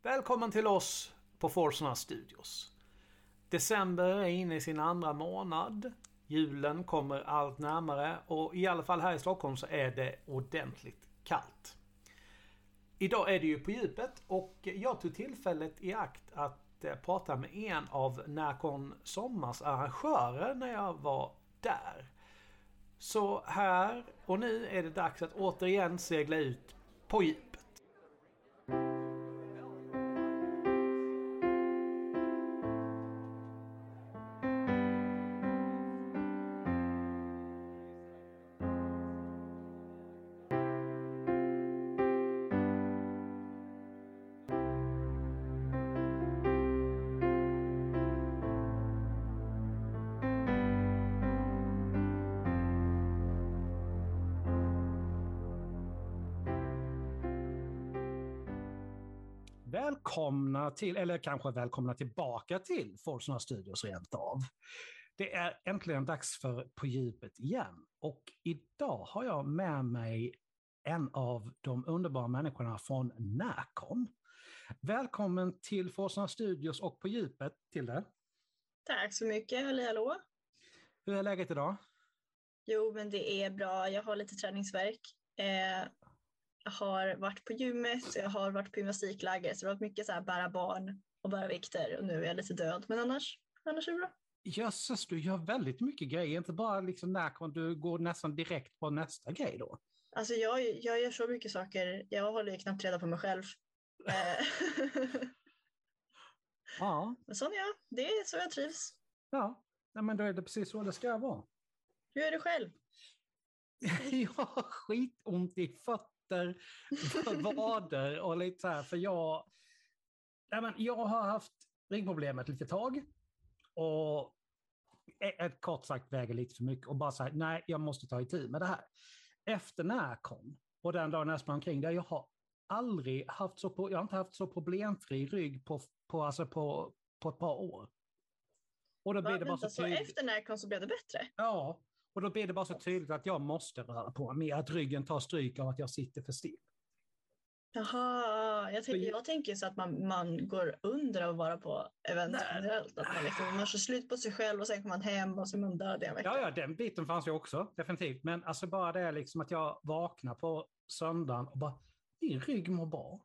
Välkommen till oss på Forsarna Studios. December är inne i sin andra månad. Julen kommer allt närmare och i alla fall här i Stockholm så är det ordentligt kallt. Idag är det ju på djupet och jag tog tillfället i akt att prata med en av Närcon Sommars arrangörer när jag var där. Så här och nu är det dags att återigen segla ut på djupet. Välkomna till, eller kanske välkomna tillbaka till Forsarna Studios rent av. Det är äntligen dags för På djupet igen. Och idag har jag med mig en av de underbara människorna från Närcon. Välkommen till Forsarna Studios och På djupet till det. Tack så mycket, hallå. Hur är läget idag? Jo, men det är bra. Jag har lite träningsvärk. Jag har varit på gymmet, jag har varit på gymnastikläger, så det har varit mycket så här bära barn och bära vikter och nu är jag lite död. Men annars är det bra. Jösses, du gör väldigt mycket grejer, inte bara liksom Närcon, du går nästan direkt på nästa grej då. Alltså jag gör så mycket saker, jag håller knappt reda på mig själv. Ja. Men sån ja, det är så jag trivs. Ja, men då är det precis så det ska vara. Hur är du själv? Jag har skitont i fötter, vader och lite så här, för jag har haft ryggproblemet lite tag och ett kort sagt väger lite för mycket och bara säga nej, jag måste ta itu med det här. Efter Närcon och den dagen jag sprang omkring där, jag har aldrig haft jag har inte haft så problemfri rygg på ett par år. Och då blir det bara så tydligt. Så efter Närcon så blev det bättre? Ja. Och då blir det bara så tydligt att jag måste röra på mig, att ryggen tar stryk av att jag sitter för still. Jaha, jag tänker så att man går under av att vara på event generellt. Att man har så slut på sig själv och sen kommer man hem och så är man död en vecka. Ja, den biten fanns ju också, definitivt. Men alltså bara det liksom att jag vaknar på söndagen och bara, min rygg mår bra.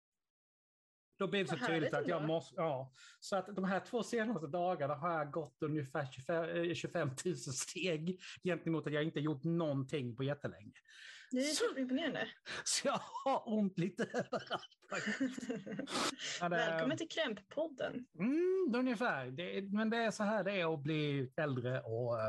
Då blir det så tydligt att jag måste, ja. Så att de här 2 senaste dagarna har jag gått ungefär 25 000 steg gentemot att jag inte gjort någonting på jättelänge. Det är så imponerande. Så jag har ont lite överallt faktiskt. Välkommen till Krämppodden. Ungefär. Men det är så här det är att bli äldre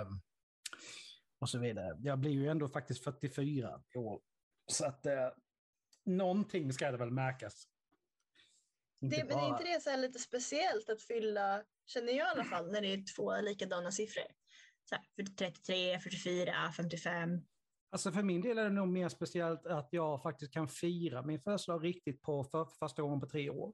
och så vidare. Jag blir ju ändå faktiskt 44 år. Så att någonting ska det väl märkas. Men är inte det så här lite speciellt att fylla, känner jag i alla fall, när det är 2 likadana siffror? Så här, 33, 44, 55. Alltså för min del är det nog mer speciellt att jag faktiskt kan fira min födelsedag riktigt på första gången på 3 år.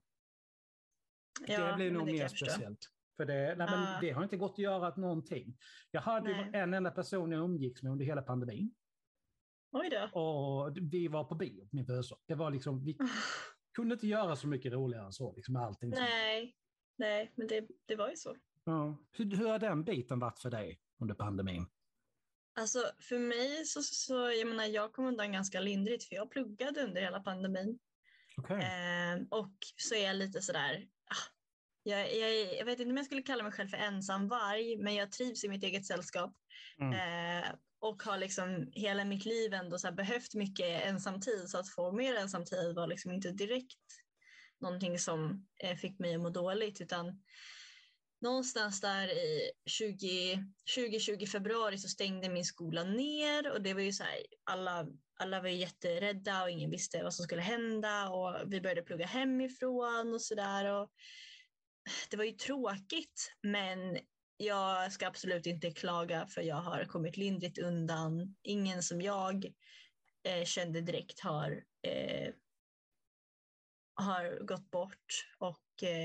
Ja, det blir nog mer speciellt. För det har inte gått att göra någonting. Jag hade en enda person jag umgicks med under hela pandemin. Oj då. Och vi var på bio på min födelsedag. Det var liksom, vi kunde inte göra så mycket roligare än så. Liksom allting. Nej, men det var ju så. Ja. Hur har den biten varit för dig under pandemin? Alltså för mig så jag menar, jag kom undan ganska lindrigt för jag pluggade under hela pandemin. Okay. Och så är jag lite sådär, jag vet inte om jag skulle kalla mig själv för ensamvarg, men jag trivs i mitt eget sällskap. Och har liksom hela mitt liv ändå så här behövt mycket ensamtid, så att få mer ensamtid var liksom inte direkt någonting som fick mig att må dåligt, utan någonstans där i 20 februari så stängde min skola ner och det var ju så här, alla var jätterädda och ingen visste vad som skulle hända och vi började plugga hemifrån och sådär, och det var ju tråkigt, men jag ska absolut inte klaga för jag har kommit lindrigt undan. Ingen som jag kände direkt har gått bort och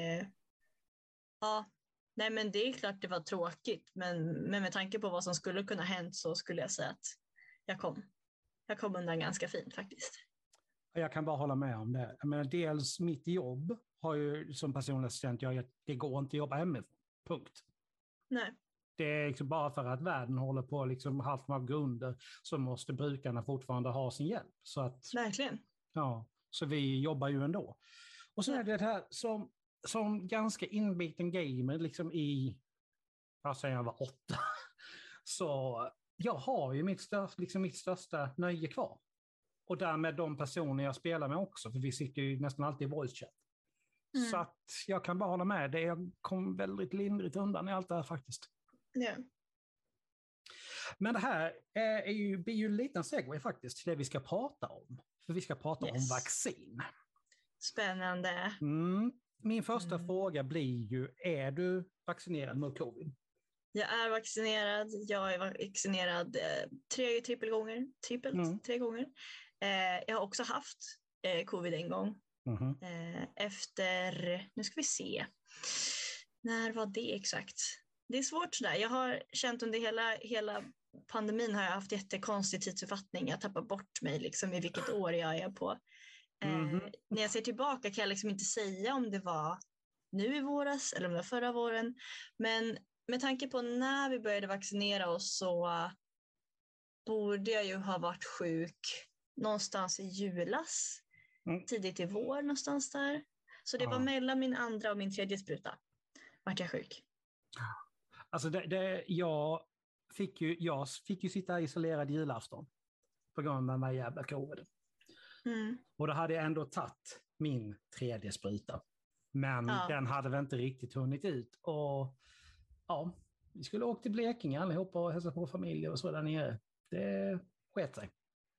nej, men det är klart det var tråkigt, men med tanke på vad som skulle kunna hänt så skulle jag säga att jag kom undan ganska fint faktiskt. Jag kan bara hålla med om det. Jag menar, dels mitt jobb har ju som personlig assistent, det går inte att jobba hemifrån. Punkt. Nej. Det är liksom bara för att världen håller på liksom halvt av grunder så måste brukarna fortfarande ha sin hjälp. Så att, Verkligen. ja, så vi jobbar ju ändå. Och så är det här som ganska inbiten gamer liksom jag säger jag var 8. Så jag har ju mitt största nöje kvar. Och därmed de personer jag spelar med också, för vi sitter ju nästan alltid i voice chat. Så att jag kan bara hålla med. Jag kom väldigt lindrigt undan i allt det här faktiskt. Ja. Men det här blir ju en liten segway faktiskt till det vi ska prata om. För vi ska prata om vaccin. Spännande. Min första fråga blir ju, är du vaccinerad mot covid? Jag är vaccinerad. Jag är vaccinerad 3 gånger. Tre gånger. Jag har också haft covid en gång. Efter, nu ska vi se. När var det exakt? Det är svårt sådär. Jag har känt under hela pandemin har jag haft jättekonstig tidsuppfattning. Jag tappar bort mig liksom i vilket år jag är på. När jag ser tillbaka kan jag liksom inte säga om det var nu i våras eller om det var förra våren. Men med tanke på när vi började vaccinera oss så borde jag ju ha varit sjuk någonstans i julas. Tidigt i vår någonstans där. Så det var mellan min andra och min tredje spruta. Vart jag sjuk. Alltså jag fick ju sitta isolerad julafton på grund av den här jävla covid. Och då hade jag ändå tagit min tredje spruta. Men den hade väl inte riktigt hunnit ut. Och ja, vi skulle åka till Blekinge allihopa och hälsa på familjer och så där nere. Det sket sig.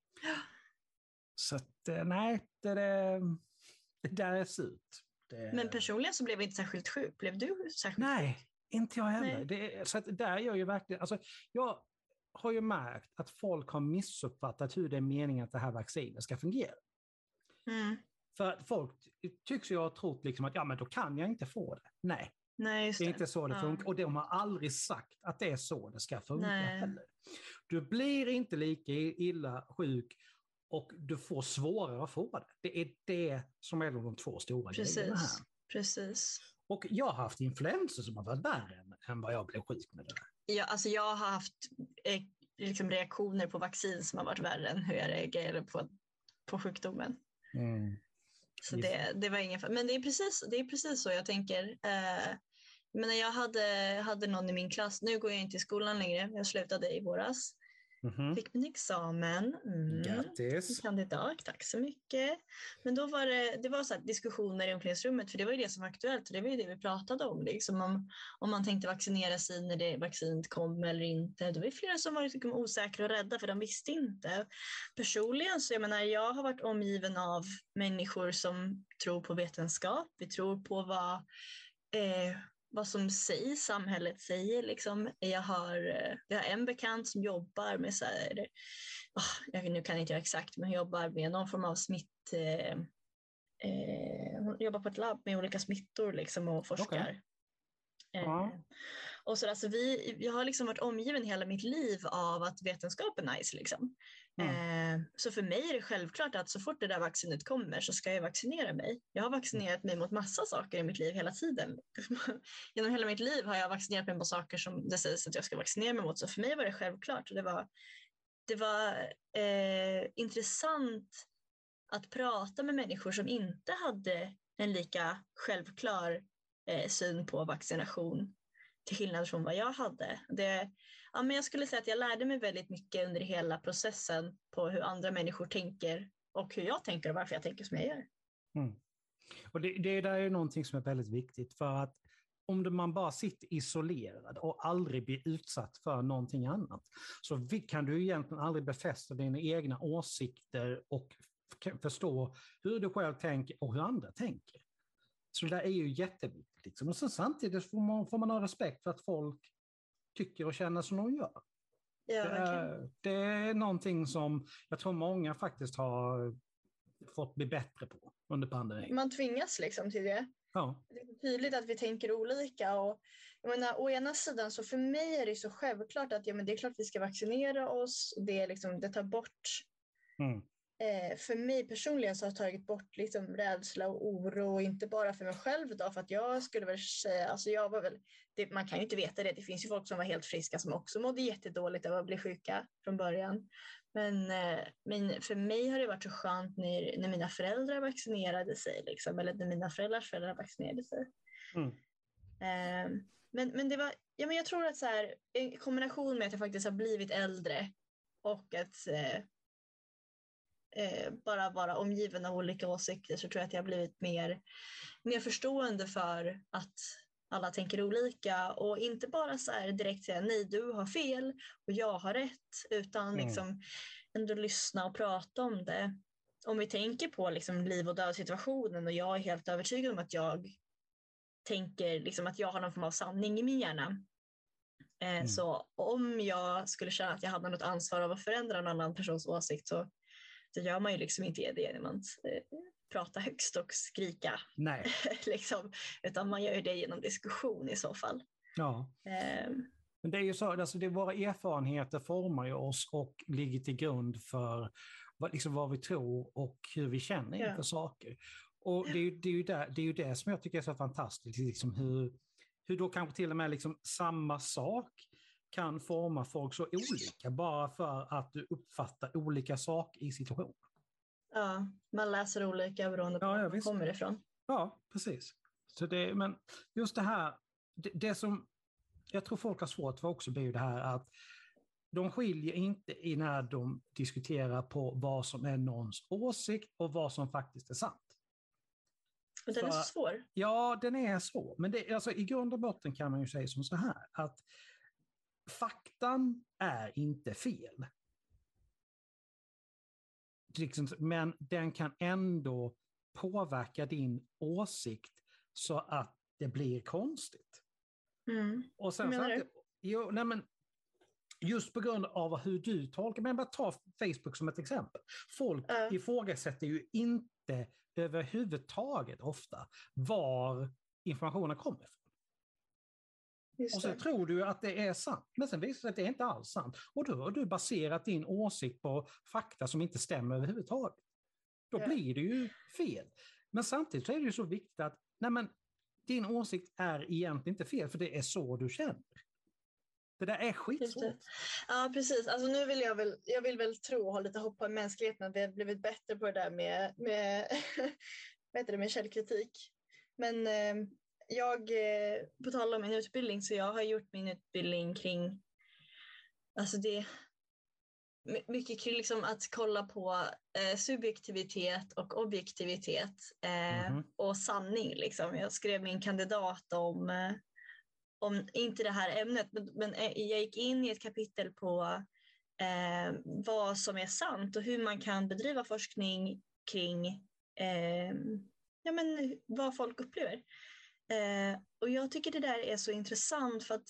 Så att, nej, det där är surt. Men personligen så blev jag inte särskilt sjuk. Blev du särskilt sjuk? Nej, inte jag heller. Så att där gör ju verkligen, alltså jag har ju märkt att folk har missuppfattat hur det är meningen att det här vaccinet ska fungera. För att folk tycks ju ha trott liksom att men då kan jag inte få det. Nej, just det är inte så det funkar. Och de har aldrig sagt att det är så det ska funka heller. Du blir inte lika illa sjuk och du får svårare att få det. Det är det som är de två stora grejerna här. Precis. Och jag har haft influenser som har varit värre än vad jag blev sjuk med det där. Ja, alltså jag har haft liksom reaktioner på vaccin som har varit värre än hur jag reagerade på sjukdomen. Så det var ingen fall. Men det är precis så jag tänker. Men jag hade någon i min klass, nu går jag inte i skolan längre, jag slutade i våras. Fick min examen. Grattis. Kandidat, tack så mycket. Men då var det var så här diskussioner i omklädningsrummet, för det var ju det som var aktuellt och det var ju det vi pratade om. Liksom om man tänkte vaccinera sig när det vaccinet kom eller inte. Det var ju flera som var liksom osäkra och rädda för de visste inte. Personligen så jag har varit omgiven av människor som tror på vetenskap. Vi tror på vad som sägs, samhället säger. Liksom. Jag har en bekant som jobbar med så här, nu kan jag inte göra exakt, men hon jobbar med någon form av hon jobbar på ett labb med olika smittor liksom, och forskar. Och så alltså jag har liksom varit omgiven hela mitt liv av att vetenskap är nice. Liksom. Så för mig är det självklart att så fort det där vaccinet kommer så ska jag vaccinera mig. Jag har vaccinerat mig mot massa saker i mitt liv hela tiden. Genom hela mitt liv har jag vaccinerat mig mot saker som det sägs att jag ska vaccinera mig mot. Så för mig var det självklart. Och det var intressant att prata med människor som inte hade en lika självklar syn på vaccination till skillnad från vad jag hade. Men jag skulle säga att jag lärde mig väldigt mycket under hela processen på hur andra människor tänker och hur jag tänker och varför jag tänker som jag gör. Och det där är någonting som är väldigt viktigt, för att om man bara sitter isolerad och aldrig blir utsatt för någonting annat så kan du egentligen aldrig befästa dina egna åsikter och förstå hur du själv tänker och hur andra tänker. Så det där är ju jätteviktigt. Liksom. Och sen samtidigt får man ha respekt för att folk tycker och känner som de gör. Ja, det är någonting som jag tror många faktiskt har fått bli bättre på under pandemin. Man tvingas liksom till det. Ja. Det är tydligt att vi tänker olika. Och jag menar, å ena sidan så för mig är det så självklart att det är klart vi ska vaccinera oss. Det tar bort för mig personligen så har tagit bort liksom rädsla och oro, inte bara för mig själv då, för att jag skulle väl säga, alltså jag var väl, man kan ju inte veta det finns ju folk som var helt friska som också mådde jättedåligt av att bli sjuka från början. Men för mig har det varit så skönt när mina föräldrar vaccinerade sig liksom, eller när mina föräldrars föräldrar vaccinerade sig. Men det var, ja, men jag tror att så här, en kombination med att jag faktiskt har blivit äldre och att bara vara omgiven av olika åsikter, så tror jag att jag har blivit mer förstående för att alla tänker olika och inte bara så här direkt säga nej, du har fel och jag har rätt, utan liksom ändå lyssna och prata om det. Om vi tänker på liksom liv och död situationen och jag är helt övertygad om att jag tänker liksom att jag har någon form av sanning i min hjärna. Så om jag skulle känna att jag hade något ansvar av att förändra en annan persons åsikt, så gör man ju liksom inte det när man pratar högst och skrika. Nej. liksom, utan man gör ju det genom diskussion i så fall. Ja. Men det är ju så, alltså våra erfarenheter formar ju oss och ligger till grund för vad vi tror och hur vi känner inför saker. Och det är ju det som jag tycker är så fantastiskt, liksom hur då kanske till och med liksom samma sak kan forma folk så olika bara för att du uppfattar olika saker i situationen. Ja, man läser olika beroende på var man kommer ifrån. Ja, precis. Så men just det här, det som jag tror folk har svårt för också blir det här att de skiljer inte i när de diskuterar på vad som är någons åsikt och vad som faktiskt är sant. Och den är så svår. Ja, den är svår. Men alltså, i grund och botten kan man ju säga som så här att faktan är inte fel. Men den kan ändå påverka din åsikt så att det blir konstigt. Och sen just på grund av hur du tolkar, men bara ta Facebook som ett exempel. Folk ifrågasätter ju inte överhuvudtaget ofta var informationen kommer ifrån. Och så tror du att det är sant, men sen visar det att det inte alls sant. Och då har du baserat din åsikt på fakta som inte stämmer överhuvudtaget. Då blir det ju fel. Men samtidigt så är det ju så viktigt att din åsikt är egentligen inte fel, för det är så du känner. Det där är skitsvårt. Ja, precis. Alltså nu vill jag vill väl tro och ha lite hopp på mänskligheten att vi har blivit bättre på det där med källkritik. Men jag, på tal om min utbildning, så jag har gjort min utbildning kring, alltså det mycket kring liksom att kolla på subjektivitet och objektivitet och sanning. Liksom. Jag skrev min kandidat om inte det här ämnet, men jag gick in i ett kapitel på vad som är sant och hur man kan bedriva forskning kring vad folk upplever. Och jag tycker det där är så intressant, för att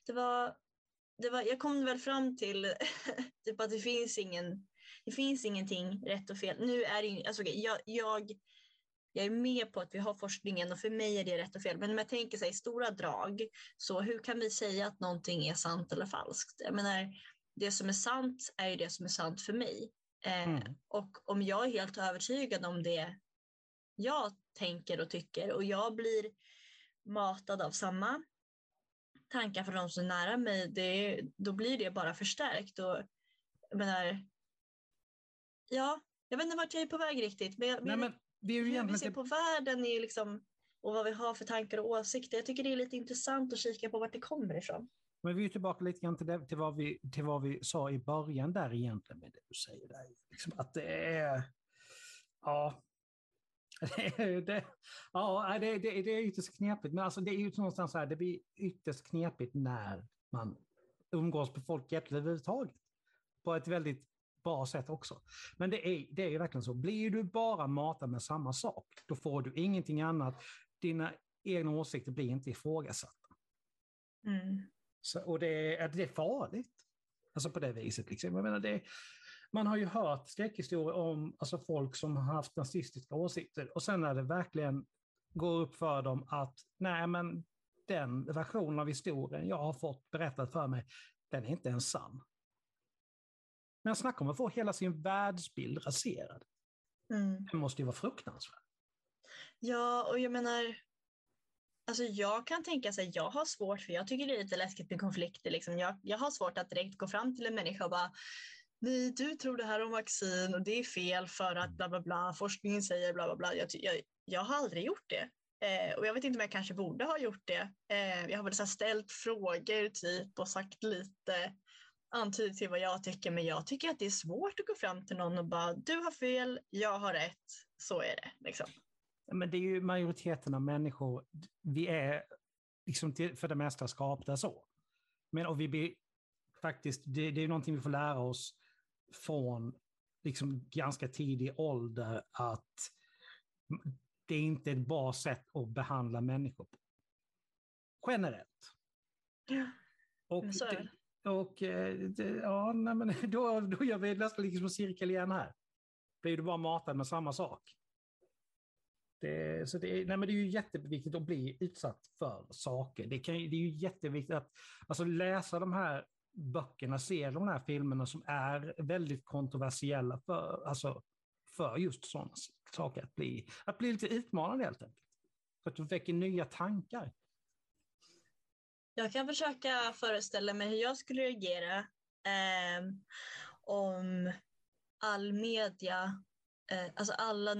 jag kom väl fram till typ att det finns ingenting rätt och fel. Nu är det, alltså, jag är med på att vi har forskningen och för mig är det rätt och fel. Men om jag tänker sig i stora drag, så hur kan vi säga att någonting är sant eller falskt? Jag menar, det som är sant är ju det som är sant för mig. Och om jag är helt övertygad om det jag tänker och tycker och jag blir matad av samma tankar från de som är nära mig, då blir det bara förstärkt. Och jag menar, jag vet inte vart jag är på väg riktigt, men hur vi ser på världen är liksom, och vad vi har för tankar och åsikter. Jag tycker det är lite intressant att kika på vart det kommer ifrån. Men vi är tillbaka lite grann till vad vi sa i början där egentligen med det du säger där. Liksom att det är... Ja... det är ytterst knepigt. Men alltså det är ju någonstans så här, det blir ytterst knepigt när man umgås med folk överhuvudtaget. På ett väldigt bra sätt också. Men det är ju verkligen så. Blir du bara matad med samma sak, då får du ingenting annat. Dina egna åsikter blir inte ifrågasatta. Så, och det är farligt. Alltså på det viset. Liksom. Jag menar, man har ju hört skräckhistorier om alltså folk som har haft nazistiska åsikter. Och sen när det verkligen går upp för dem att den versionen av historien jag har fått berättat för mig, den är inte ens sann. Men jag snackar om att få hela sin världsbild raserad. Det måste ju vara fruktansvärt. Ja, och jag menar, alltså jag kan tänka sig, jag har svårt, för jag tycker det är lite läskigt med konflikter. Liksom. Jag har svårt att direkt gå fram till en människa och bara, nej, du tror det här om vaccin och det är fel för att bla bla bla, forskningen säger bla bla bla. Jag har aldrig gjort det. Och jag vet inte om jag kanske borde ha gjort det. Jag har väl så här ställt frågor typ och sagt lite antydigt till vad jag tycker, men jag tycker att det är svårt att gå fram till någon och bara, du har fel, jag har rätt, så är det. Liksom. Men det är ju majoriteten av människor, vi är liksom för det mesta skapta så. Men och vi blir faktiskt, det är ju någonting vi får lära oss från liksom ganska tidig ålder, att det är inte ett bra sätt att behandla människor på. Generellt. Ja, Och, men så är det. Ja, nej, men då gör vi nästan liksom en cirkel igen här. Blir du bara matad med samma sak. Nej, men det är ju jätteviktigt att bli utsatt för saker. Det är ju jätteviktigt att alltså, läsa de här böckerna, se de här filmerna som är väldigt kontroversiella för just sådana saker. Att bli lite utmanande helt enkelt. För att du väcker nya tankar. Jag kan försöka föreställa mig hur jag skulle reagera om all media, alltså alla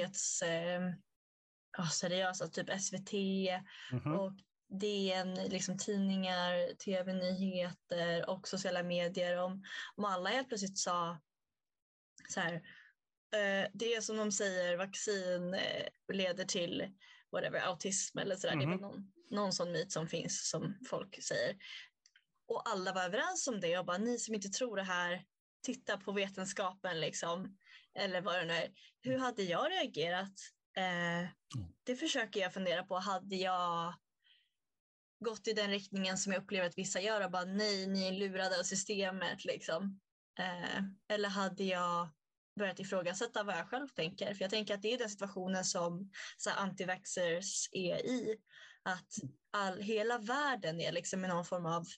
seriösa, typ SVT och DN, liksom tidningar, tv-nyheter och sociala medier, om alla helt plötsligt sa så här, det är som de säger, vaccin leder till whatever, autism eller sådär. Det är väl någon sån myt som finns som folk säger. Och alla var överens om det och bara, ni som inte tror det här, titta på vetenskapen liksom. Eller vad det nu är. Hur hade jag reagerat? Det försöker jag fundera på. Hade jag gått i den riktningen som jag upplever att vissa gör och bara, nej, ni är lurade av systemet liksom. Eller hade jag börjat ifrågasätta vad jag själv tänker? För jag tänker att det är den situationen som antivaxxers är i. Att hela världen är liksom i någon form av,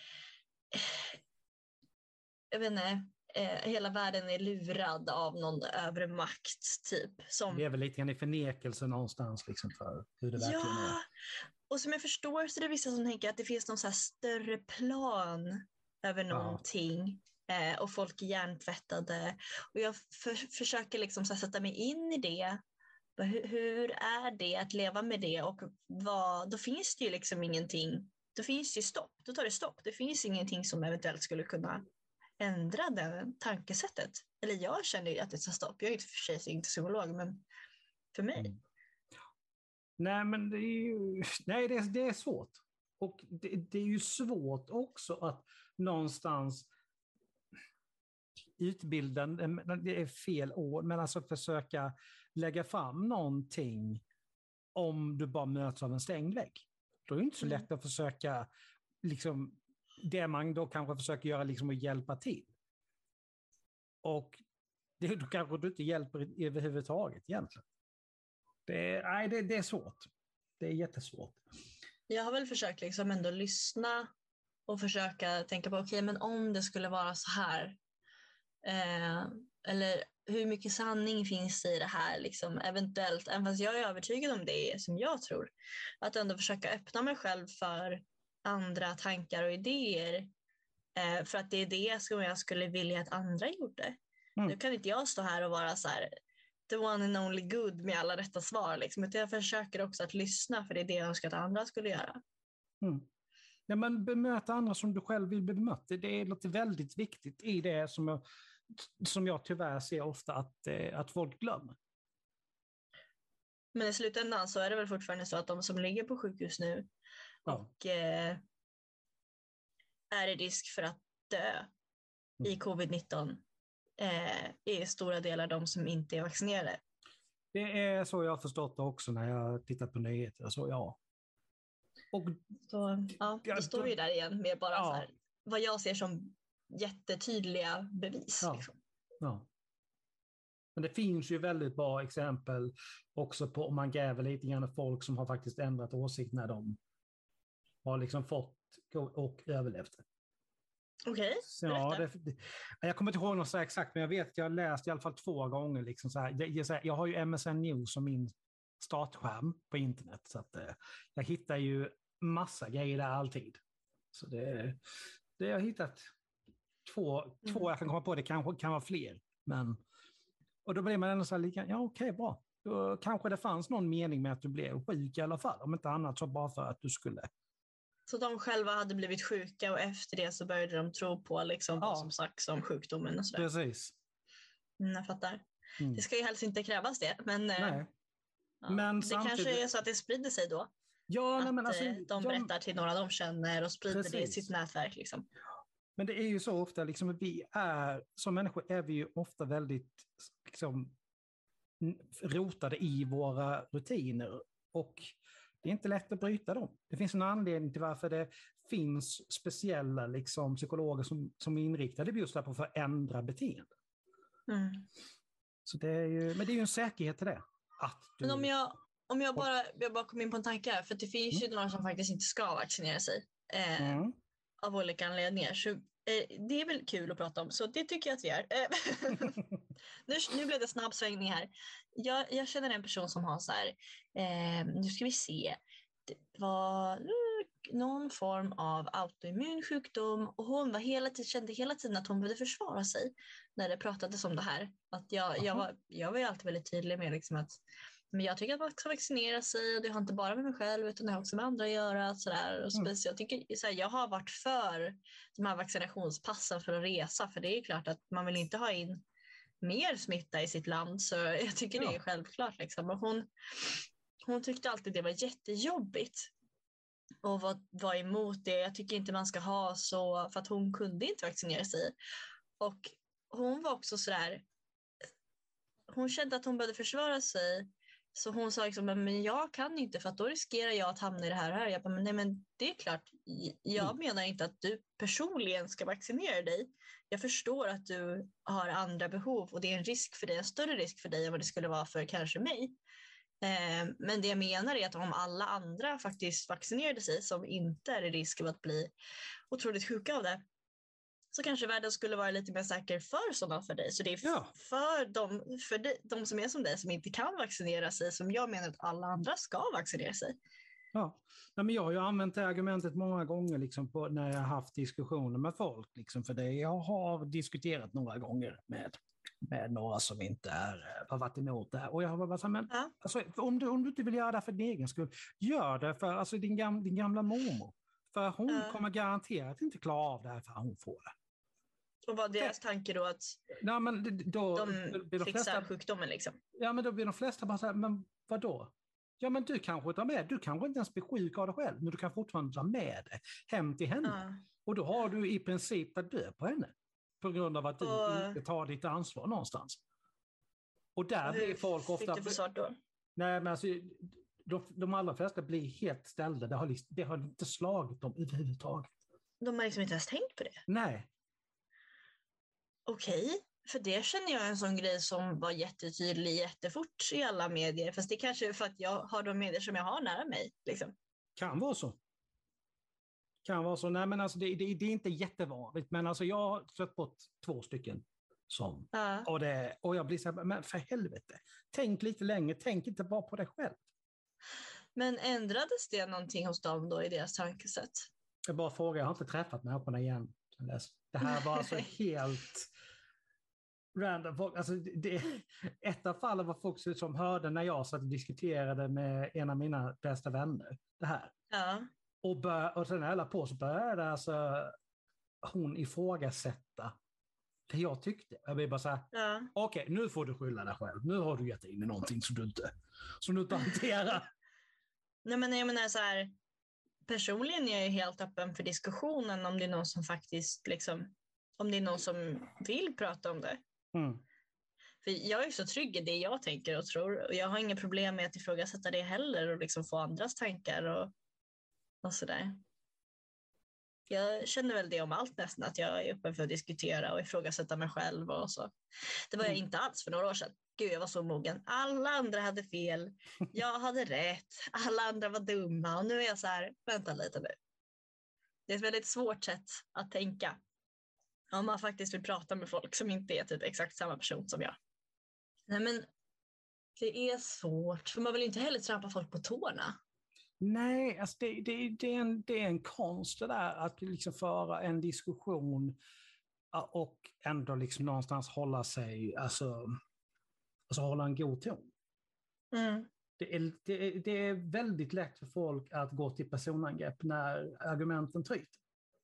jag vet inte, hela världen är lurad av någon övre makt typ. Det är väl lite grann i förnekelse någonstans liksom, för hur det verkligen är. Och som jag förstår så är det vissa som tänker att det finns någon så här större plan över någonting. Och folk är hjärntvättade. Och jag försöker liksom så här sätta mig in i det. Hur är det att leva med det? Och då finns det ju liksom ingenting. Då finns det ju stopp. Då tar det stopp. Det finns ingenting som eventuellt skulle kunna ändra det tankesättet. Eller jag känner ju att det tar stopp. Jag är inte för sig inte psykolog, men för mig. Nej, men det är svårt. Och det är ju svårt också att någonstans utbilda, det är fel ord, men alltså försöka lägga fram någonting om du bara möts av en stängd vägg. Då är det inte så lätt att försöka, liksom, det man då kanske försöker göra liksom att hjälpa till. Och då kanske du inte hjälper överhuvudtaget egentligen. Det är svårt. Det är jättesvårt. Jag har väl försökt liksom ändå lyssna och försöka tänka på, okej, men om det skulle vara så här, eller hur mycket sanning finns i det här liksom, eventuellt, även fast jag är övertygad om det som jag tror, att ändå försöka öppna mig själv för andra tankar och idéer, för att det är det som jag skulle vilja att andra gjorde. Nu kan inte jag stå här och vara så här the one and only good med alla rätta svar liksom. Jag försöker också att lyssna, för det är det jag önskar att andra skulle göra. Ja, men bemöta andra som du själv vill bli bemött. Det är något väldigt viktigt i det som jag tyvärr ser ofta att folk glömmer. Men i slutändan så är det väl fortfarande så att de som ligger på sjukhus nu och är i risk för att dö i covid-19 är stora delar de som inte är vaccinerade. Det är så jag har förstått det också när jag tittat på nyheter. Så ja. Och, så då står vi där igen med bara så här, vad jag ser som jättetydliga bevis. Liksom. Ja. Men det finns ju väldigt bra exempel också på, om man gräver lite grann, folk som har faktiskt ändrat åsikt när de har liksom fått och överlevt det. Okej, Så, berätta. jag kommer inte ihåg något så här exakt, men jag vet att jag har läst i alla fall 2 gånger. Liksom så här. Jag har ju MSN News som min startskärm på internet. Så att, jag hittar ju massa grejer där alltid. Så det har jag hittat två jag kan komma på, det kanske kan vara fler. Men, och då blir man ändå så här, ja okej, bra. Då kanske det fanns någon mening med att du blev sjuk i alla fall. Om inte annat så bara för att du skulle. Så de själva hade blivit sjuka och efter det så började de tro på liksom vad som sagts om sjukdomen och sådär. Precis. Jag fattar. Mm. Det ska ju helst inte krävas det, men, Nej. ja. Men det samtidigt... kanske är så att det sprider sig då. Ja, att men alltså, de berättar till några de känner och sprider det i sitt nätverk. Liksom. Men det är ju så ofta, liksom, som människor är vi ju ofta väldigt liksom, rotade i våra rutiner. Och det är inte lätt att bryta dem. Det finns en anledning till varför det finns speciella liksom, psykologer som är inriktade just på att ändra beteende. Mm. Så det är ju, men det är ju en säkerhet till det. Men om jag bara kom in på en tanke här, för det finns ju några som faktiskt inte ska vaccinera sig av olika anledningar. Så det är väl kul att prata om, så det tycker jag att vi gör. Nu blev det snabb svängning här. Jag känner en person som har så här, nu ska vi se, det var någon form av autoimmun sjukdom och hon kände hela tiden att hon behövde försvara sig när det pratades om det här. Att jag var ju alltid väldigt tydlig med liksom att men jag tycker att man ska vaccinera sig och det har inte bara med mig själv utan det har också med andra att göra. Sådär. Så jag, tycker, såhär, jag har varit för de här vaccinationspassen för att resa, för det är klart att man vill inte ha in mer smitta i sitt land, så jag tycker det är självklart. Liksom. Och hon tyckte alltid det var jättejobbigt och var emot det. Jag tycker inte man ska ha så, för att hon kunde inte vaccinera sig. Och hon var också sådär, hon kände att hon behövde försvara sig. Så hon sa liksom, men jag kan inte för att då riskerar jag att hamna i det här. Jag bara, nej men det är klart, jag menar inte att du personligen ska vaccinera dig. Jag förstår att du har andra behov och det är en risk för dig, en större risk för dig än vad det skulle vara för kanske mig. Men det jag menar är att om alla andra faktiskt vaccinerade sig som inte är i risk av att bli otroligt sjuka av det, så kanske världen skulle vara lite mer säker för sådana för dig. Så det är för de som är som dig som inte kan vaccinera sig som jag menar att alla andra ska vaccinera sig. Ja, men jag har ju använt det argumentet många gånger liksom, när jag har haft diskussioner med folk. Liksom, för det jag har diskuterat några gånger med några som inte har varit emot det här. Och jag har bara sagt, men alltså, om du inte vill göra det för din egen skull, gör det för alltså, din gamla mormor. För hon kommer garanterat inte klara av det här för hon får det. Och var deras tanke då att de fixar sjukdomen liksom? Ja, men då blir de flesta bara så här, men vadå? Ja, men du kanske inte ens blir sjuk av det själv, men du kan fortfarande dra med det hem till henne. Och då har du i princip att dö på henne. På grund av att du inte tar ditt ansvar någonstans. Och där blir folk ofta... Fick du för svar då? Nej, men alltså, de allra flesta blir helt ställda. Det har inte slagit dem överhuvudtaget. De har liksom inte ens tänkt på det? Nej. Okej, för det känner jag en sån grej som var jättetydlig jättefort i alla medier. Fast det kanske är för att jag har de medier som jag har nära mig. Liksom. Kan vara så. Nej, men alltså, det är inte jättevanligt. Men alltså, jag har stött bort 2 stycken som... Och jag blir så här, men för helvete. Tänk lite längre, tänk inte bara på dig själv. Men ändrades det någonting hos dem då i deras tankesätt? Jag bara frågar, jag har inte träffat människorna igen. Det här var alltså helt random. Alltså, ett av fallen var folk som hörde när jag satt och diskuterade med en av mina bästa vänner det här. Ja. Och sen hela på så började alltså hon ifrågasätta det jag tyckte. Jag blev bara så här, okej, nu får du skylla dig själv. Nu har du gett in i någonting som du inte hanterar. Nej, men jag menar så här, personligen är jag helt öppen för diskussionen om det är någon som faktiskt liksom, om det är någon som vill prata om det. För jag är så trygg i det jag tänker och tror, och jag har inga problem med att ifrågasätta det heller och liksom få andras tankar och sådär. Jag känner väl det om allt nästan, att jag är öppen för att diskutera och ifrågasätta mig själv och så. Det var jag inte alls för några år sedan. Gud, jag var så mogen. Alla andra hade fel. Jag hade rätt. Alla andra var dumma. Och nu är jag så här, vänta lite nu. Det är ett väldigt svårt sätt att tänka. Om man faktiskt vill prata med folk som inte är typ exakt samma person som jag. Nej, men det är svårt, för man vill inte heller trampa folk på tårna. Nej, alltså det är en konst det där att liksom föra en diskussion och ändå liksom någonstans hålla sig, alltså hålla en god ton. Mm. Det är väldigt lätt för folk att gå till personangrepp när argumenten tryter.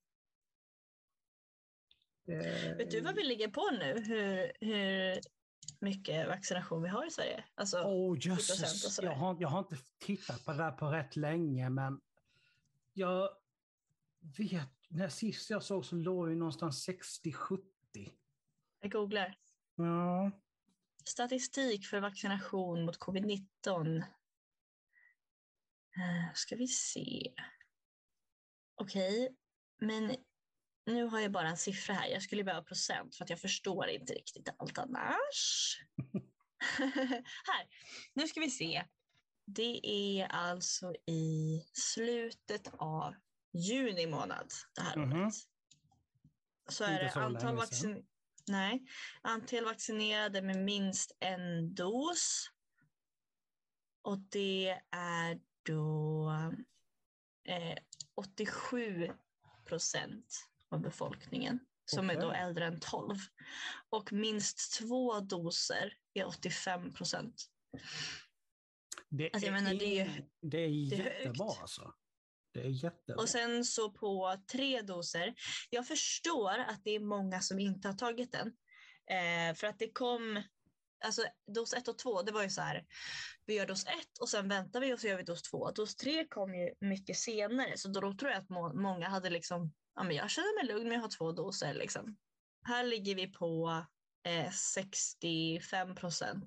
Vet du vad vi ligger på nu? Hur mycket vaccination vi har i Sverige? Alltså, jösses. och sådär. Jag har inte tittat på det där på rätt länge, men jag vet, när sist jag såg så låg vi någonstans 60-70. Jag googlar. Ja. Statistik för vaccination mot covid-19. Ska vi se. Okej, men nu har jag bara en siffra här. Jag skulle behöva procent för att jag förstår inte riktigt allt annars. Här, nu ska vi se. Det är alltså i slutet av juni månad det här året. Så är det antal vaccinerade med minst en dos. Och det är då 87% av befolkningen som är då äldre än 12. Och minst 2 doser är 85%. Det är jättebra alltså. Det är jättebra. Och sen så på 3 doser. Jag förstår att det är många som inte har tagit den. För att det kom, alltså dos 1 och 2, det var ju så här. Vi gör dos 1 och sen väntar vi och så gör vi dos 2. Dos 3 kom ju mycket senare. Så då tror jag att många hade liksom, ja men jag känner mig lugn med att ha 2 doser liksom. Här ligger vi på 65%.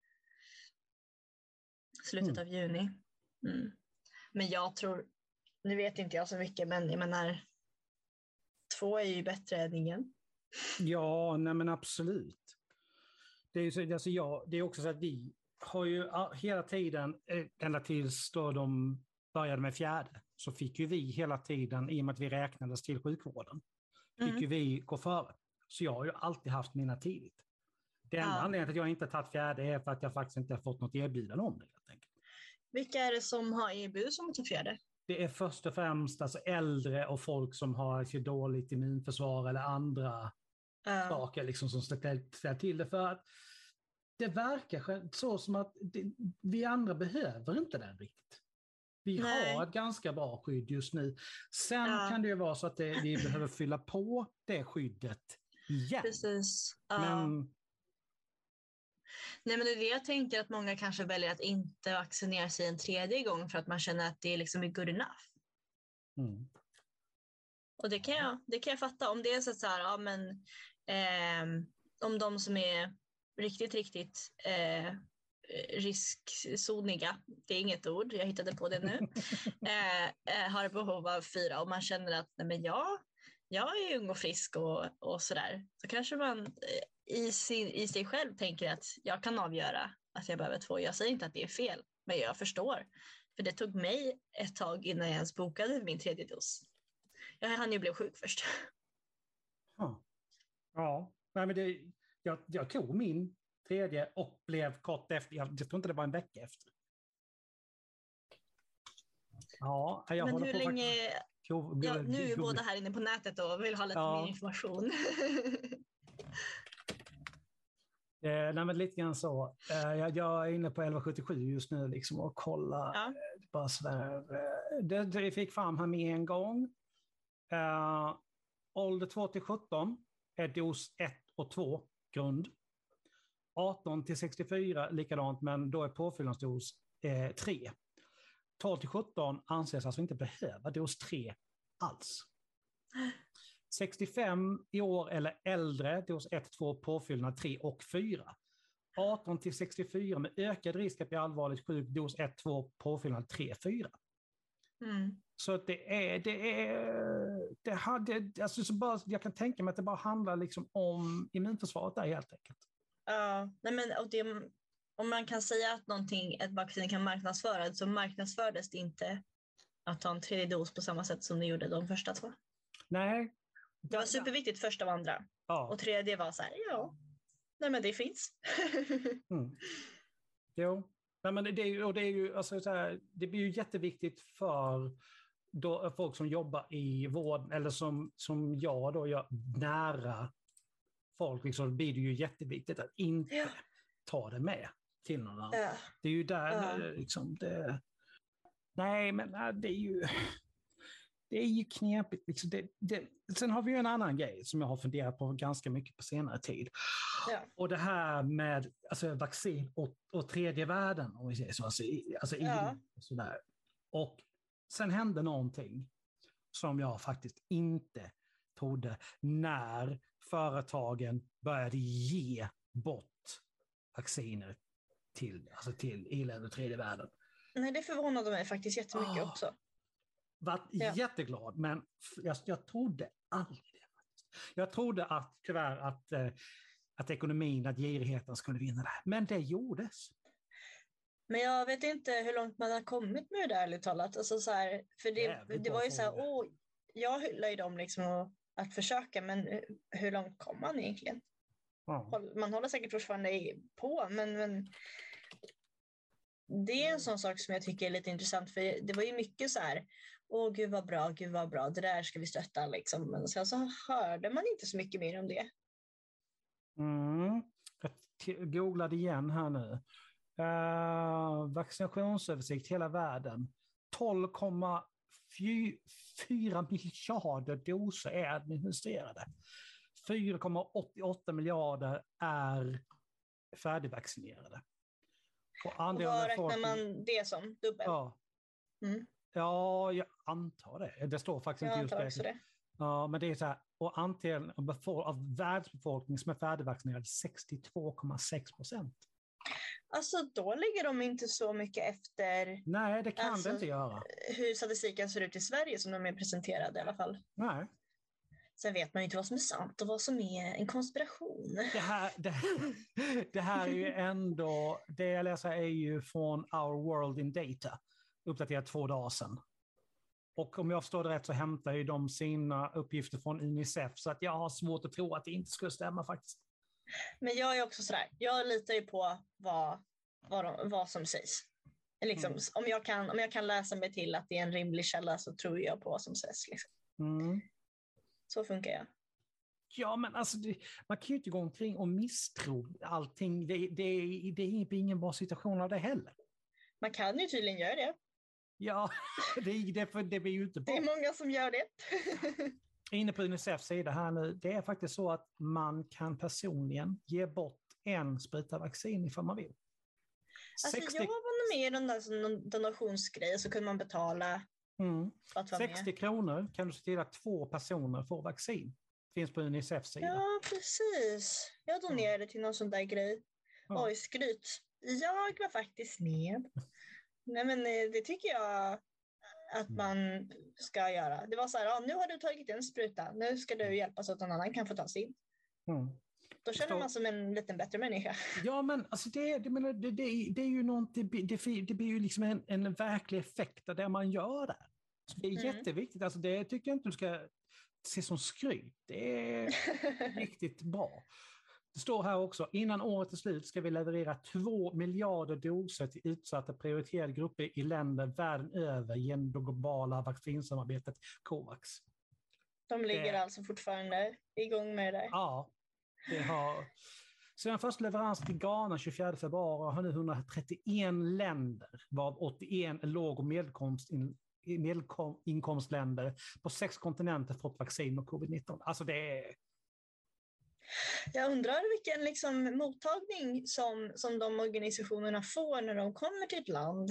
Slutet av juni. Mm. Men jag tror, nu vet inte jag så mycket, men jag menar 2 är ju bättre än ingen. Ja, nej men absolut. Det är ju så, alltså det är också så att vi har ju hela tiden, ända tills då de började med 4:e, så fick ju vi hela tiden, i och med att vi räknades till sjukvården, fick ju vi gå före. Så jag har ju alltid haft mina tidigt. Det enda anledningen till att jag inte tagit 4:e är för att jag faktiskt inte har fått något erbjudande om det, helt enkelt. Vilka är det som har erbjudit som att ta 4:e? Det är först och främst alltså äldre och folk som har så dåligt immunförsvar eller andra saker liksom, som ställer till det. För att det verkar så som att vi andra behöver inte den riktigt. Vi har ett ganska bra skydd just nu. Sen kan det ju vara så att vi behöver fylla på det skyddet igen. Precis. Men... Nej, men det är det jag tänker, att många kanske väljer att inte vaccinera sig en 3:e gång för att man känner att det liksom är good enough. Mm. Och det kan jag fatta. Om det är så här, ja men om de som är riktigt riskzoniga, det är inget ord, jag hittade på det nu, har behov av 4 och man känner att nej men jag är ung och frisk och sådär, så kanske man i sig själv tänker att jag kan avgöra att jag behöver 2. Jag säger inte att det är fel, men jag förstår. För det tog mig ett tag innan jag ens bokade min 3:e dos. Jag hann ju bli sjuk först. Ja, nej, men jag tog min 3:e och blev kort efter. Jag tror inte det var en vecka efter. Ja, jag men hur länge... nu är båda här inne på nätet och vill ha lite mer information. Nej, men lite grann så. Jag är inne på 1177 just nu liksom, och kollar. Bara sådär. Det fick fram här med en gång. Ålder 2-17 är dos 1 och 2 grund. 18-64 likadant, men då är påfyllnadsdos 3. 12-17 anses alltså inte behöva dos 3 alls. 65 i år eller äldre, dos 1, 2, påfyllnad 3 och 4. 18-64 med ökad risk att bli allvarligt sjuk, dos 1, 2, påfyllnad 3, 4. Så det hade, alltså så bara, jag kan tänka mig att det bara handlar liksom om immunförsvaret där helt enkelt. Ja, nej men och det, om man kan säga att ett vaccin kan marknadsföras, så marknadsfördes det inte att ta en 3:e dos på samma sätt som det gjorde de första 2. Nej, Det var superviktigt första och andra. Ja. Och tredje var så här, nej men det finns. Jo. Nej, men det är ju alltså, så här, det blir ju jätteviktigt för folk som jobbar i vård, eller som jag då gör nära folk, liksom, blir det ju jätteviktigt att inte ta det med till någon annan. Det är ju där liksom det... Nej, men det är ju knepigt. Liksom, sen har vi ju en annan grej som jag har funderat på ganska mycket på senare tid. Ja. Och det här med alltså, vaccin och tredje världen, om vi säger så. Alltså och sådär. Och sen hände någonting som jag faktiskt inte trodde när företagen började ge bort vacciner till i-länder och tredje världen. Nej, det förvånade mig faktiskt jättemycket också. Var jätteglad, men jag trodde aldrig det. Jag trodde att tyvärr att ekonomin, att girigheten skulle vinna det. Men det gjordes. Men jag vet inte hur långt man har kommit med det där, ärligt talat. Alltså, så här, för det var ju så här, jag hyllar ju dem liksom att försöka, men hur långt kom man egentligen? Ja. Man håller säkert fortfarande på, men det är en sån sak som jag tycker är lite intressant, för det var ju mycket så här, gud vad bra, det där ska vi stötta liksom. Men sen så hörde man inte så mycket mer om det. Jag googlade igen här nu. Vaccinationsöversikt hela världen. 12,4 miljarder doser är administrerade. 4,88 miljarder är färdigvaccinerade. Och vad räknar man det som? Dubbel? Ja. Ja, jag antar det. Det står faktiskt inte just det. Ja, men det är så här, och andelen av världsbefolkningen som är färdigvaccinerad 62,6%. Alltså då ligger de inte så mycket efter. Nej, det kan det inte göra. Hur statistiken ser ut i Sverige som de är presenterade i alla fall. Nej. Sen vet man ju inte vad som är sant och vad som är en konspiration. Det här är ju ändå, det jag läser är ju från Our World in Data, uppdaterat 2 dagar sedan. Och om jag förstår det rätt så hämtar ju de sina uppgifter från UNICEF, så att jag har svårt att tro att det inte skulle stämma faktiskt. Men jag är också sådär, jag litar ju på vad som sägs. Liksom, om jag kan läsa mig till att det är en rimlig källa, så tror jag på vad som sägs. Liksom. Så funkar jag. Ja, men alltså man kan ju inte gå omkring och misstro allting. Det är ingen bra situation av det heller. Man kan ju tydligen göra det. Ja, det blir ju inte bra. Det är många som gör det. Inne på UNICEFs sida här nu, det är faktiskt så att man kan personligen ge bort en spruta vaccin ifall man vill. Alltså 60... jag var med i någon donationsgrej, så kunde man betala. 60 kronor kan du se till att 2 personer får vaccin. Finns på UNICEFs sida. Ja, precis. Jag donerade till någon sån där grej. Oj, skryt. Jag var faktiskt med. Nej, men det tycker jag att man ska göra. Det var så här, nu har du tagit en spruta. Nu ska du hjälpa så att någon annan kan få ta sin. Då känner man som en liten bättre människa. Ja, men alltså det är ju någonting, det blir ju liksom en verklig effekt av det man gör där. Så det är jätteviktigt. Alltså det tycker jag inte du ska se som skryt. Det är riktigt bra. Det står här också, innan året är slut ska vi leverera 2 miljarder doser till utsatta prioriterade grupper i länder världen över genom det globala vaccinsamarbetet COVAX. De ligger alltså fortfarande igång med det där? Ja, det har... Sedan första leverans till Ghana 24 februari har nu 131 länder, varav 81 låg- och medelinkomstländer på 6 kontinenter fått vaccin mot covid-19. Alltså det är... Jag undrar vilken liksom mottagning som de organisationerna får när de kommer till ett land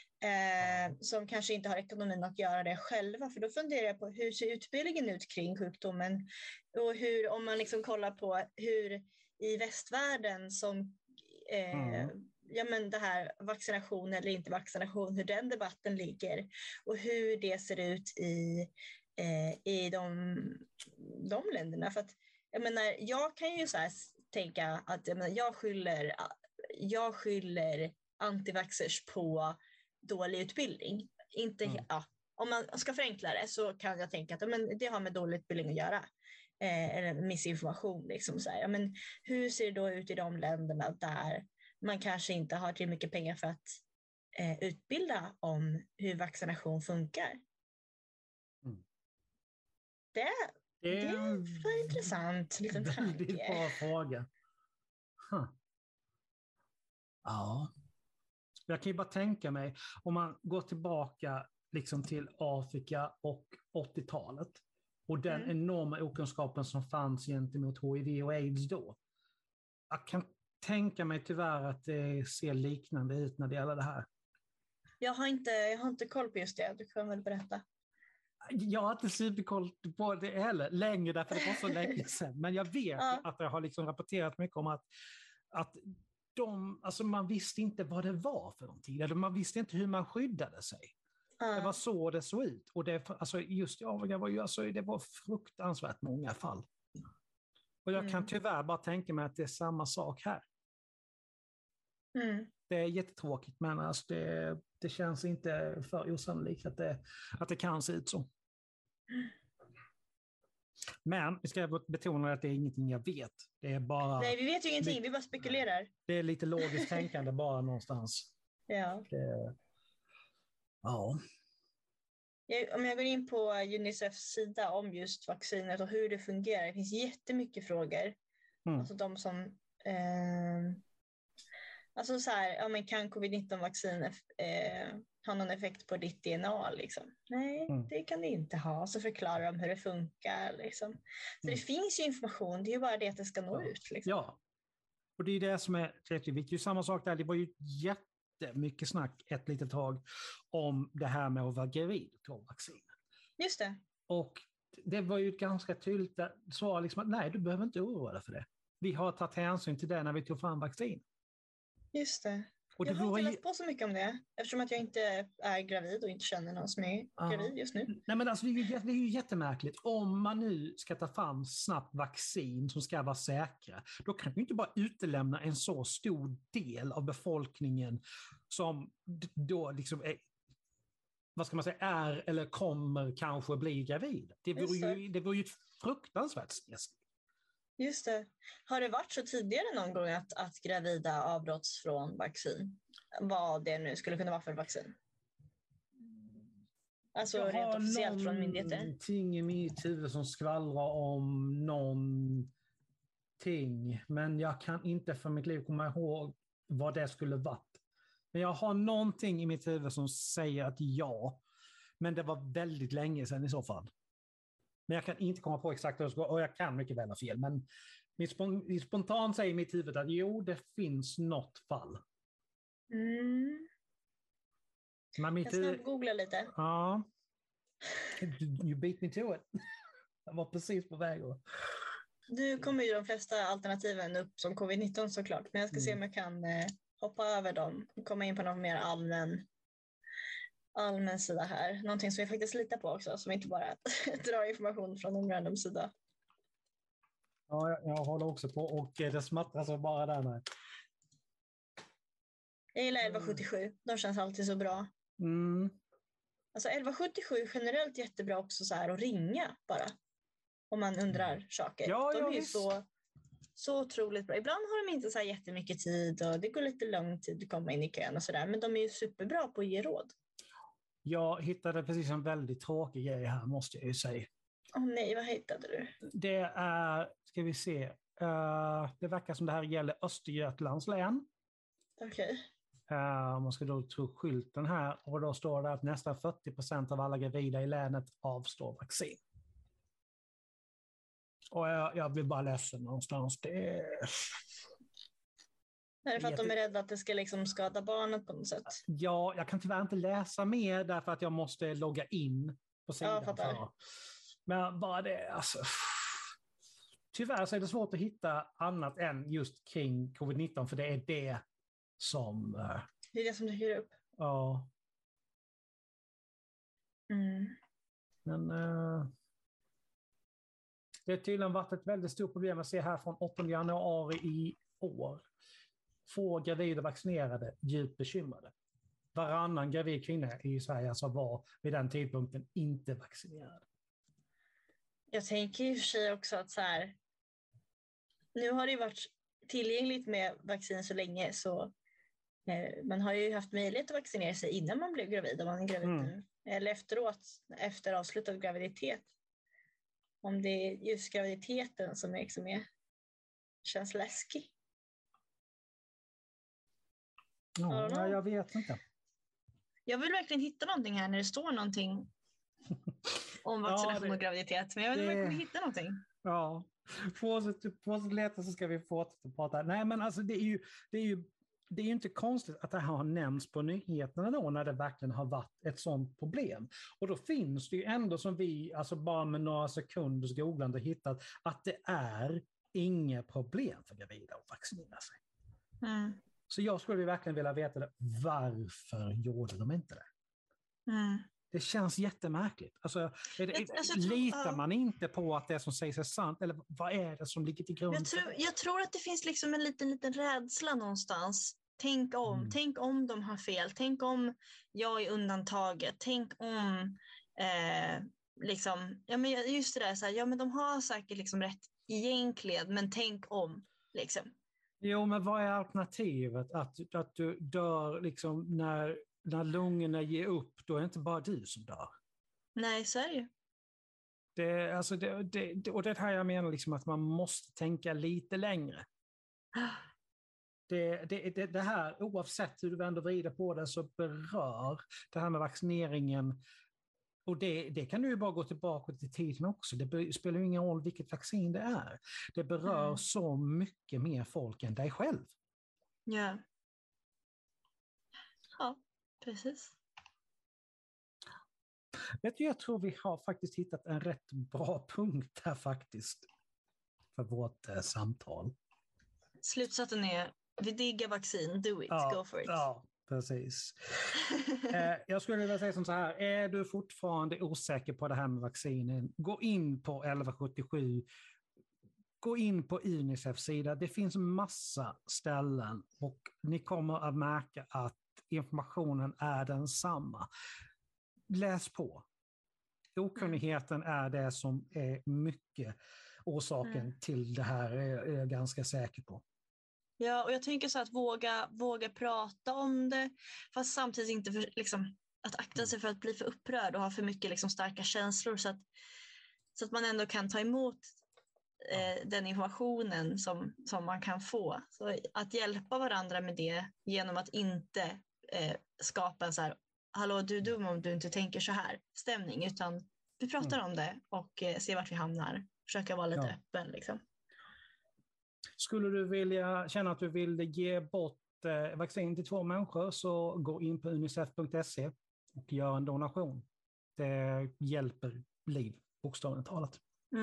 som kanske inte har ekonomin att göra det själva. För då funderar jag på hur ser utbildningen ut kring sjukdomen, och hur, om man liksom kollar på hur i västvärlden som men det här vaccination eller inte vaccination, hur den debatten ligger och hur det ser ut i de länderna. För att jag kan ju så här tänka att jag skyller antivaxxers på dålig utbildning. Inte, om man ska förenkla det så kan jag tänka att det har med dålig utbildning att göra. eller missinformation. Liksom så här. Ja, men hur ser det då ut i de länderna där man kanske inte har tillräckligt mycket pengar för att utbilda om hur vaccination funkar? Mm. Det var intressant. Liten väldigt tanke. bra fråga. Ja. Jag kan ju bara tänka mig, om man går tillbaka liksom till Afrika och 80-talet och den enorma okunskapen som fanns gentemot HIV och AIDS då. Jag kan tänka mig tyvärr att det ser liknande ut när det gäller det här. Jag har inte koll på just det. Du kan väl berätta. Jag har inte superkoll på det heller längre, därför det var så länge sedan. Men jag vet att det har liksom rapporterat mycket om att man visste inte vad det var för någonting. Eller man visste inte hur man skyddade sig. Det var så det såg ut. Och just i Afrika det var fruktansvärt många fall. Och jag kan tyvärr bara tänka mig att det är samma sak här. Det är jättetråkigt, men alltså det känns inte för osannolikt att det kan se ut så. Men vi ska betona att det är ingenting jag vet. Det är bara... Nej, vi vet ju ingenting. Vi bara spekulerar. Det är lite logiskt tänkande bara någonstans. Ja. Ja. Om jag går in på Unicefs sida om just vaccinet och hur det fungerar. Det finns jättemycket frågor. Alltså de som... Alltså så här, men kan covid-19-vaccin ha någon effekt på ditt DNA? Liksom? Nej, det kan det inte ha. Så förklarar de hur det funkar. Liksom. Så det finns ju information, det är ju bara det att det ska nå ut. Liksom. Ja, och det är det som är rätt viktigt. Samma sak där, det var ju jättemycket snack ett litet tag om det här med att vara gravid på vaccin. Just det. Och det var ju ett ganska tydligt svar, liksom att nej, du behöver inte oroa dig för det. Vi har tagit hänsyn till det när vi tog fram vaccin. Just det. Och jag har inte läst på så mycket om det, eftersom att jag inte är gravid och inte känner någon som är gravid just nu. Nej, men alltså, det är ju jättemärkligt. Om man nu ska ta fram snabbt vaccin som ska vara säkra, då kan du inte bara utelämna en så stor del av befolkningen som då liksom är, vad ska man säga, är eller kommer kanske bli gravid. Det vore ju ett fruktansvärt snedsteg. Just det. Har det varit så tidigare någon gång att gravida avbrotts från vaccin? Vad det nu skulle kunna vara för vaccin? Alltså rent officiellt från myndigheter? Någonting i mitt huvud som skvallrar om någonting. Men jag kan inte för mitt liv komma ihåg vad det skulle varit. Men jag har någonting i mitt huvud som säger att ja. Men det var väldigt länge sedan i så fall. Men jag kan inte komma på exakt hur det ska, och jag kan mycket väl ha fel. Men spontant säger mitt huvud att jo, det finns något fall. Men jag ska googla lite. Ja. You beat me to it. Jag var precis på väg. Du kommer ju de flesta alternativen upp som covid-19 såklart. Men jag ska se om jag kan hoppa över dem och komma in på någon mer allmän sida här. Någonting som vi faktiskt litar på också, som inte bara drar information från en random sida. Ja, jag håller också på och det smattrar så bara där. Med. Jag gillar 1177. De känns alltid så bra. Alltså 1177 är generellt jättebra också så här att ringa bara. Om man undrar saker. Ja, de är ju så otroligt bra. Ibland har de inte så här jättemycket tid och det går lite lång tid att komma in i kön och sådär. Men de är ju superbra på att ge råd. Jag hittade precis en väldigt tråkig grej här, måste jag ju säga. Nej, vad hittade du? Det är, ska vi se, det verkar som det här gäller Östergötlands län. Okej. Man ska då tro skylten här, och då står det att nästan 40% av alla gravida i länet avstår vaccin. Och jag blir bara ledsen någonstans. Är det för att de är rädda att det ska liksom skada barnet på något sätt? Ja, jag kan tyvärr inte läsa mer därför att jag måste logga in på sidan. Ja, men bara det, alltså. Tyvärr så är det svårt att hitta annat än just kring covid-19, för det är det som... Det är det som dyker upp? Ja. Men det har tydligen varit ett väldigt stort problem att se här från 8 januari i år. Få gravida vaccinerade, djupt bekymrade. Varannan gravid kvinna i Sverige alltså var vid den tidpunkten inte vaccinerad. jag tänker i och för sig också att så här, nu har det ju varit tillgängligt med vaccin så länge så man har ju haft möjlighet att vaccinera sig innan man blev gravid om man är gravid nu. Eller efteråt, efter avslutad graviditet. Om det är just graviditeten som känns läskig. Ja, jag vet inte. Jag vill verkligen hitta någonting här när det står någonting om vaccination och graviditet. Men jag vet inte om jag kommer hitta någonting. Ja, fortsätt leta så ska vi fortsätta prata. Nej, men alltså det är ju inte konstigt att det här har nämnts på nyheterna då när det verkligen har varit ett sånt problem. Och då finns det ju ändå som vi, alltså bara med några sekunders googlande hittat att det är inget problem för gravida att vaccinera sig. Mm. Så jag skulle verkligen vilja veta det. Varför gjorde de inte det? Mm. Det känns jättemärkligt. Alltså, litar man inte på att det som sägs är sant? Eller vad är det som ligger till grund? Jag tror att det finns liksom en liten rädsla någonstans. Tänk om de har fel. Tänk om jag är undantaget. Tänk om ja, men just det där, så här, ja men de har säkert liksom rätt egentligen, men tänk om liksom. Jo, men vad är alternativet? Att du dör liksom när lungorna ger upp, då är det inte bara du som dör. Nej, så är det ju. Och det här jag menar liksom att man måste tänka lite längre. Det här, oavsett hur du vänder och vrider på det, så berör det här med vaccineringen. Och det kan du ju bara gå tillbaka till tiden också. Det spelar ju ingen roll vilket vaccin det är. Det berör så mycket mer folk än dig själv. Ja. Ja, precis. Jag tror vi har faktiskt hittat en rätt bra punkt här faktiskt. För vårt samtal. Slutsatsen är, vi diggar vaccin, do it, go for it. Ja, precis. Jag skulle vilja säga som så här, är du fortfarande osäker på det här med vaccinen, gå in på 1177, gå in på Unicefs sida, det finns massa ställen och ni kommer att märka att informationen är densamma. Läs på. Okunnigheten är det som är mycket orsaken till det här, är jag ganska säker på. Ja, och jag tänker så att våga prata om det, fast samtidigt inte att akta sig för att bli för upprörd och ha för mycket starka känslor så att man ändå kan ta emot den informationen som man kan få. Så att hjälpa varandra med det genom att inte skapa en så här, hallå du är dum om du inte tänker så här stämning, utan vi pratar om det och ser vart vi hamnar. Försöka vara lite öppen liksom. Skulle du känna att du vill ge bort vaccin till 2 människor, så gå in på unicef.se och gör en donation. Det hjälper liv, bokstavligt talat.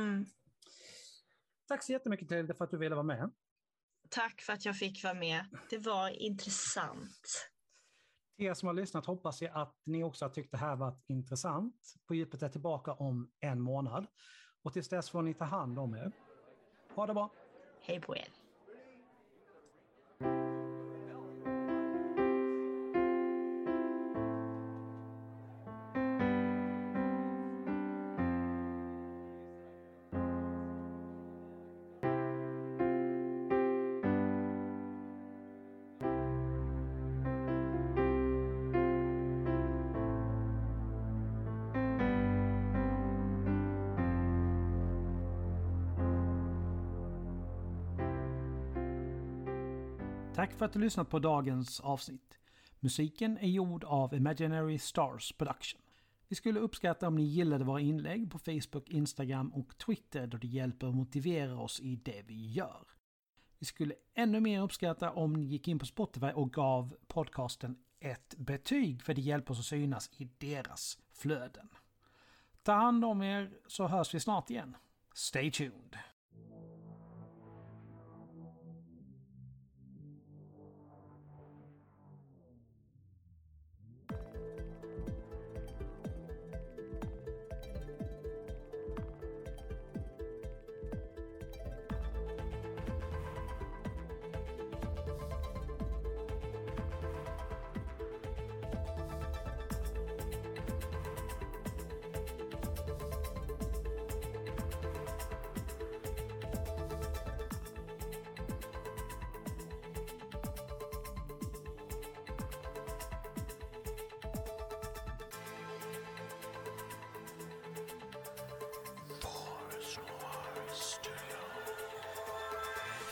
Tack så jättemycket till för att du ville vara med. Tack för att jag fick vara med. Det var intressant. Till er som har lyssnat hoppas jag att ni också har tyckt det här varit intressant. På djupet är tillbaka om 1 månad. Och tills dess får ni ta hand om er. Ha det bra. Hej på er. Tack för att du lyssnat på dagens avsnitt. Musiken är gjord av Imaginary Stars Production. Vi skulle uppskatta om ni gillade våra inlägg på Facebook, Instagram och Twitter, då det hjälper att motivera oss i det vi gör. Vi skulle ännu mer uppskatta om ni gick in på Spotify och gav podcasten ett betyg, för det hjälper oss att synas i deras flöden. Ta hand om er, så hörs vi snart igen. Stay tuned!